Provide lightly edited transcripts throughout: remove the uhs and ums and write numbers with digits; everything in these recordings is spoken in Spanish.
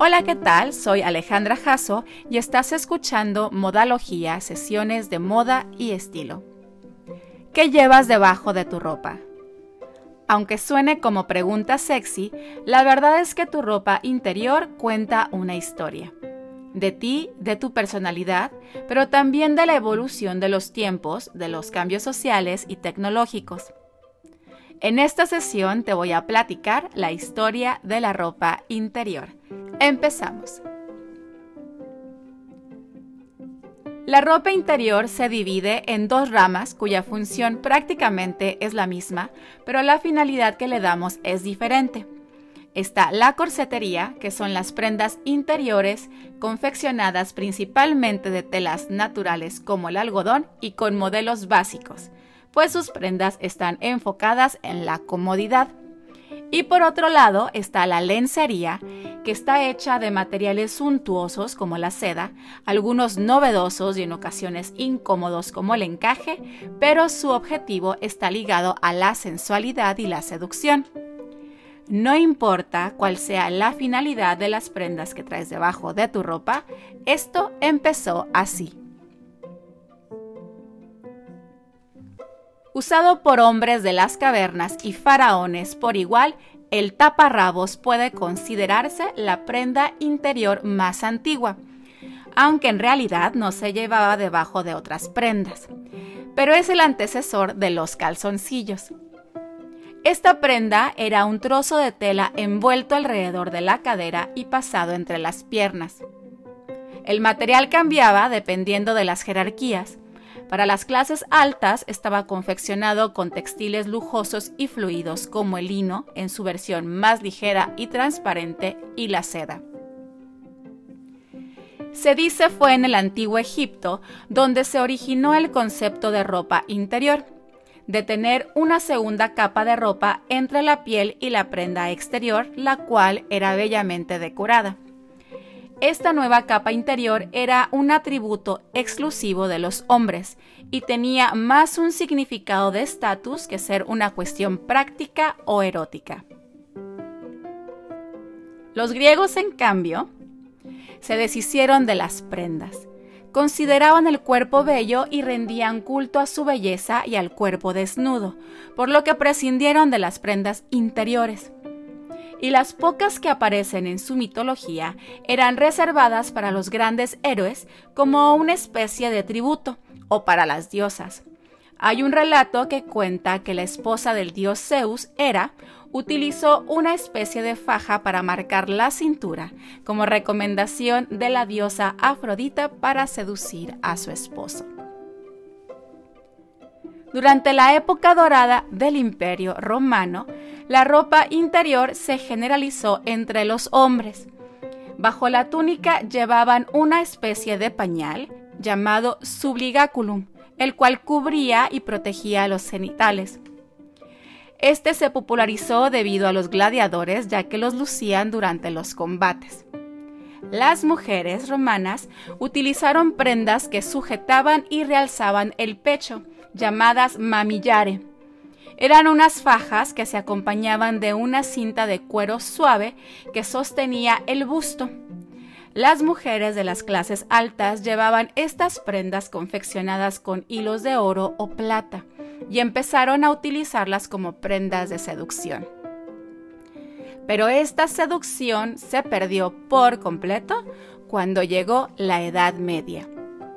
Hola, ¿qué tal? Soy Alejandra Jasso y estás escuchando Modalogía, sesiones de moda y estilo. ¿Qué llevas debajo de tu ropa? Aunque suene como pregunta sexy, la verdad es que tu ropa interior cuenta una historia. De ti, de tu personalidad, pero también de la evolución de los tiempos, de los cambios sociales y tecnológicos. En esta sesión te voy a platicar la historia de la ropa interior. Empezamos. La ropa interior se divide en dos ramas cuya función prácticamente es la misma, pero la finalidad que le damos es diferente. Está la corsetería, que son las prendas interiores confeccionadas principalmente de telas naturales como el algodón y con modelos básicos, pues sus prendas están enfocadas en la comodidad. Y por otro lado está la lencería, que está hecha de materiales suntuosos como la seda, algunos novedosos y en ocasiones incómodos como el encaje, pero su objetivo está ligado a la sensualidad y la seducción. No importa cuál sea la finalidad de las prendas que traes debajo de tu ropa, esto empezó así. Usado por hombres de las cavernas y faraones por igual, el taparrabos puede considerarse la prenda interior más antigua, aunque en realidad no se llevaba debajo de otras prendas, pero es el antecesor de los calzoncillos. Esta prenda era un trozo de tela envuelto alrededor de la cadera y pasado entre las piernas. El material cambiaba dependiendo de las jerarquías. Para las clases altas estaba confeccionado con textiles lujosos y fluidos como el lino en su versión más ligera y transparente y la seda. Se dice fue en el antiguo Egipto donde se originó el concepto de ropa interior, de tener una segunda capa de ropa entre la piel y la prenda exterior, la cual era bellamente decorada. Esta nueva capa interior era un atributo exclusivo de los hombres y tenía más un significado de estatus que ser una cuestión práctica o erótica. Los griegos, en cambio, se deshicieron de las prendas. Consideraban el cuerpo bello y rendían culto a su belleza y al cuerpo desnudo, por lo que prescindieron de las prendas interiores. Y las pocas que aparecen en su mitología eran reservadas para los grandes héroes como una especie de tributo, o para las diosas. Hay un relato que cuenta que la esposa del dios Zeus, Hera, utilizó una especie de faja para marcar la cintura, como recomendación de la diosa Afrodita para seducir a su esposo. Durante la época dorada del Imperio Romano, la ropa interior se generalizó entre los hombres. Bajo la túnica llevaban una especie de pañal llamado subligaculum, el cual cubría y protegía los genitales. Este se popularizó debido a los gladiadores, ya que los lucían durante los combates. Las mujeres romanas utilizaron prendas que sujetaban y realzaban el pecho, llamadas mamillare. Eran unas fajas que se acompañaban de una cinta de cuero suave que sostenía el busto. Las mujeres de las clases altas llevaban estas prendas confeccionadas con hilos de oro o plata y empezaron a utilizarlas como prendas de seducción. Pero esta seducción se perdió por completo cuando llegó la Edad Media.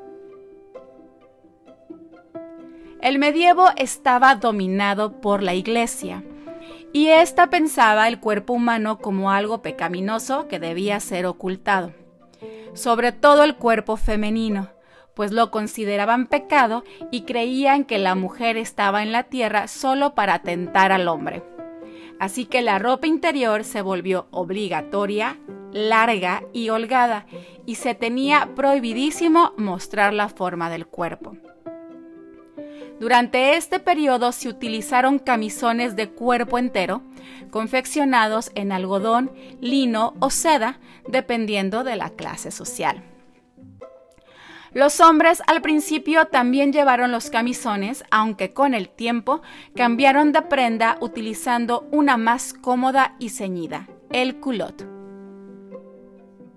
El medievo estaba dominado por la Iglesia, y ésta pensaba el cuerpo humano como algo pecaminoso que debía ser ocultado, sobre todo el cuerpo femenino, pues lo consideraban pecado y creían que la mujer estaba en la tierra solo para tentar al hombre. Así que la ropa interior se volvió obligatoria, larga y holgada, y se tenía prohibidísimo mostrar la forma del cuerpo. Durante este periodo se utilizaron camisones de cuerpo entero, confeccionados en algodón, lino o seda, dependiendo de la clase social. Los hombres al principio también llevaron los camisones, aunque con el tiempo cambiaron de prenda utilizando una más cómoda y ceñida, el culotte.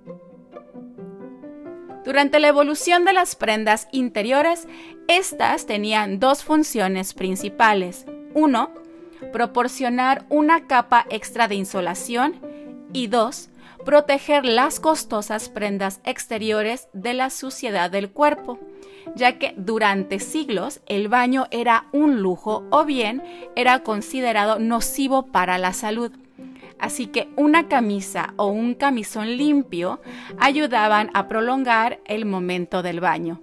Durante la evolución de las prendas interiores, estas tenían dos funciones principales. 1. Proporcionar una capa extra de insolación y 2. Proteger las costosas prendas exteriores de la suciedad del cuerpo, ya que durante siglos el baño era un lujo o bien era considerado nocivo para la salud. Así que una camisa o un camisón limpio ayudaban a prolongar el momento del baño.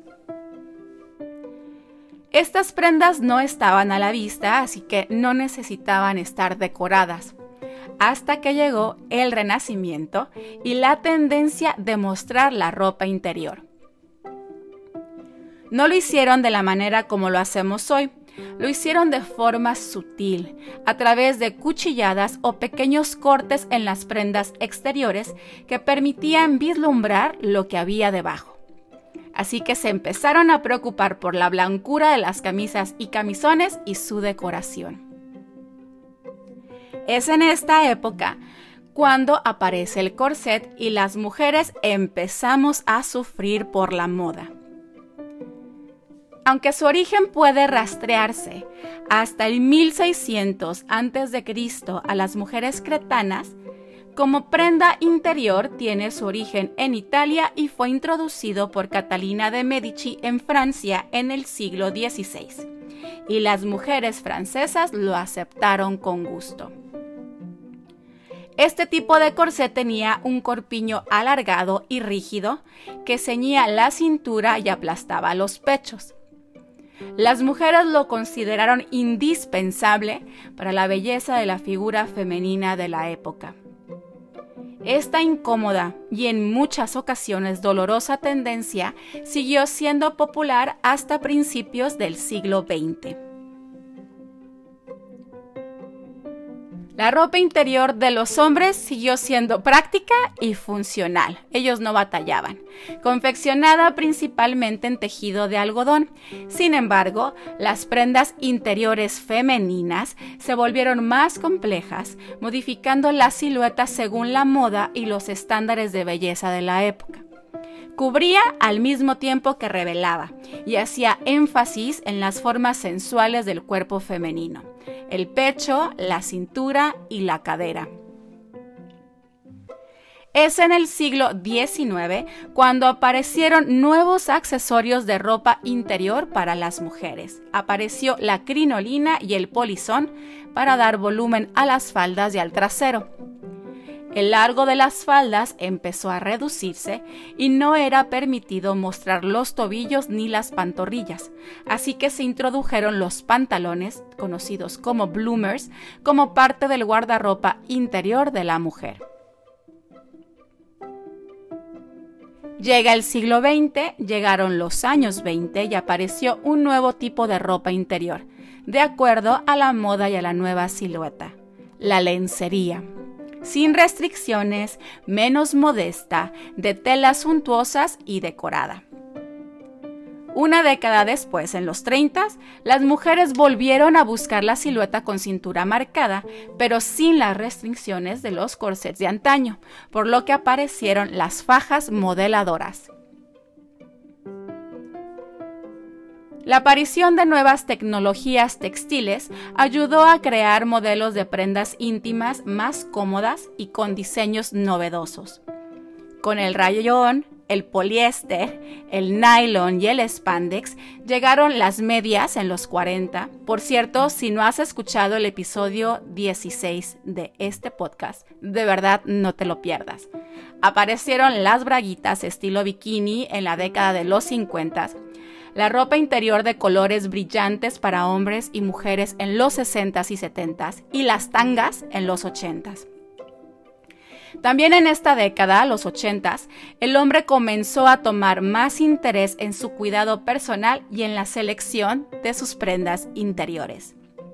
Estas prendas no estaban a la vista, así que no necesitaban estar decoradas, hasta que llegó el Renacimiento y la tendencia de mostrar la ropa interior. No lo hicieron de la manera como lo hacemos hoy. Lo hicieron de forma sutil, a través de cuchilladas o pequeños cortes en las prendas exteriores que permitían vislumbrar lo que había debajo. Así que se empezaron a preocupar por la blancura de las camisas y camisones y su decoración. Es en esta época cuando aparece el corset y las mujeres empezamos a sufrir por la moda. Aunque su origen puede rastrearse hasta el 1600 a.C. a las mujeres cretanas, como prenda interior tiene su origen en Italia y fue introducido por Catalina de Medici en Francia en el siglo XVI, y las mujeres francesas lo aceptaron con gusto. Este tipo de corsé tenía un corpiño alargado y rígido que ceñía la cintura y aplastaba los pechos. Las mujeres lo consideraron indispensable para la belleza de la figura femenina de la época. Esta incómoda y en muchas ocasiones dolorosa tendencia siguió siendo popular hasta principios del siglo XX. La ropa interior de los hombres siguió siendo práctica y funcional. Ellos no batallaban. Confeccionada principalmente en tejido de algodón. Sin embargo, las prendas interiores femeninas se volvieron más complejas, modificando la silueta según la moda y los estándares de belleza de la época. Cubría al mismo tiempo que revelaba y hacía énfasis en las formas sensuales del cuerpo femenino, el pecho, la cintura y la cadera. Es en el siglo XIX cuando aparecieron nuevos accesorios de ropa interior para las mujeres. Apareció la crinolina y el polizón para dar volumen a las faldas y al trasero. El largo de las faldas empezó a reducirse y no era permitido mostrar los tobillos ni las pantorrillas, así que se introdujeron los pantalones, conocidos como bloomers, como parte del guardarropa interior de la mujer. Llega el siglo XX, llegaron los años 20 y apareció un nuevo tipo de ropa interior, de acuerdo a la moda y a la nueva silueta, la lencería. Sin restricciones, menos modesta, de telas suntuosas y decorada. Una década después, en los 30, las mujeres volvieron a buscar la silueta con cintura marcada, pero sin las restricciones de los corsets de antaño, por lo que aparecieron las fajas modeladoras. La aparición de nuevas tecnologías textiles ayudó a crear modelos de prendas íntimas más cómodas y con diseños novedosos. Con el rayón, el poliéster, el nylon y el spandex llegaron las medias en los 40. Por cierto, si no has escuchado el episodio 16 de este podcast, de verdad no te lo pierdas. Aparecieron las braguitas estilo bikini en la década de los 50. La ropa interior de colores brillantes para hombres y mujeres en los 60s y 70s y las tangas en los 80s. También en esta década, los 80s, el hombre comenzó a tomar más interés en su cuidado personal y en la selección de sus prendas interiores.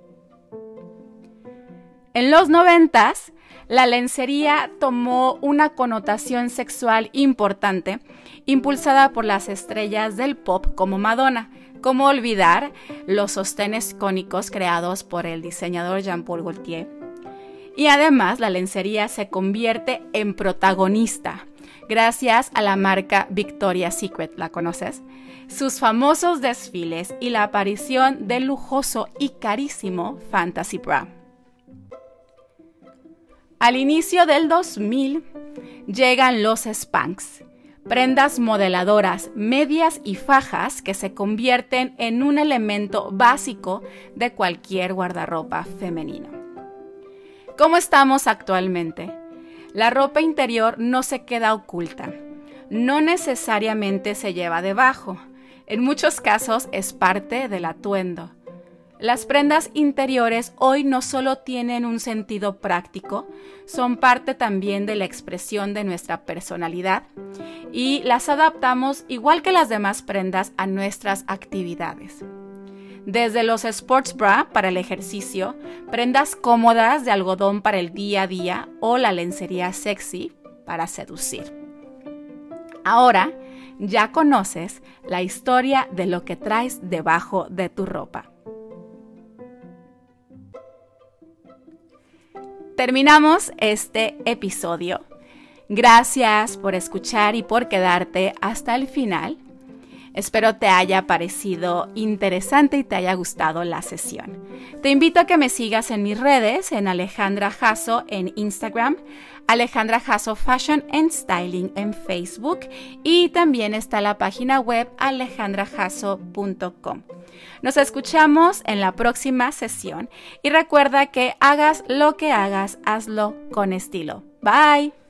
En los 90s, la lencería tomó una connotación sexual importante, impulsada por las estrellas del pop como Madonna. ¿Cómo olvidar los sostenes cónicos creados por el diseñador Jean-Paul Gaultier? Y además, la lencería se convierte en protagonista gracias a la marca Victoria's Secret, ¿la conoces? Sus famosos desfiles y la aparición del lujoso y carísimo Fantasy Bra. Al inicio del 2000 llegan los Spanx, prendas modeladoras, medias y fajas que se convierten en un elemento básico de cualquier guardarropa femenino. ¿Cómo estamos actualmente? La ropa interior no se queda oculta, no necesariamente se lleva debajo, en muchos casos es parte del atuendo. Las prendas interiores hoy no solo tienen un sentido práctico, son parte también de la expresión de nuestra personalidad y las adaptamos igual que las demás prendas a nuestras actividades. Desde los sports bra para el ejercicio, prendas cómodas de algodón para el día a día o la lencería sexy para seducir. Ahora ya conoces la historia de lo que traes debajo de tu ropa. Terminamos este episodio. Gracias por escuchar y por quedarte hasta el final. Espero te haya parecido interesante y te haya gustado la sesión. Te invito a que me sigas en mis redes, en Alejandra Jasso en Instagram, Alejandra Jasso Fashion and Styling en Facebook y también está la página web alejandrajasso.com. Nos escuchamos en la próxima sesión y recuerda que hagas lo que hagas, hazlo con estilo. Bye.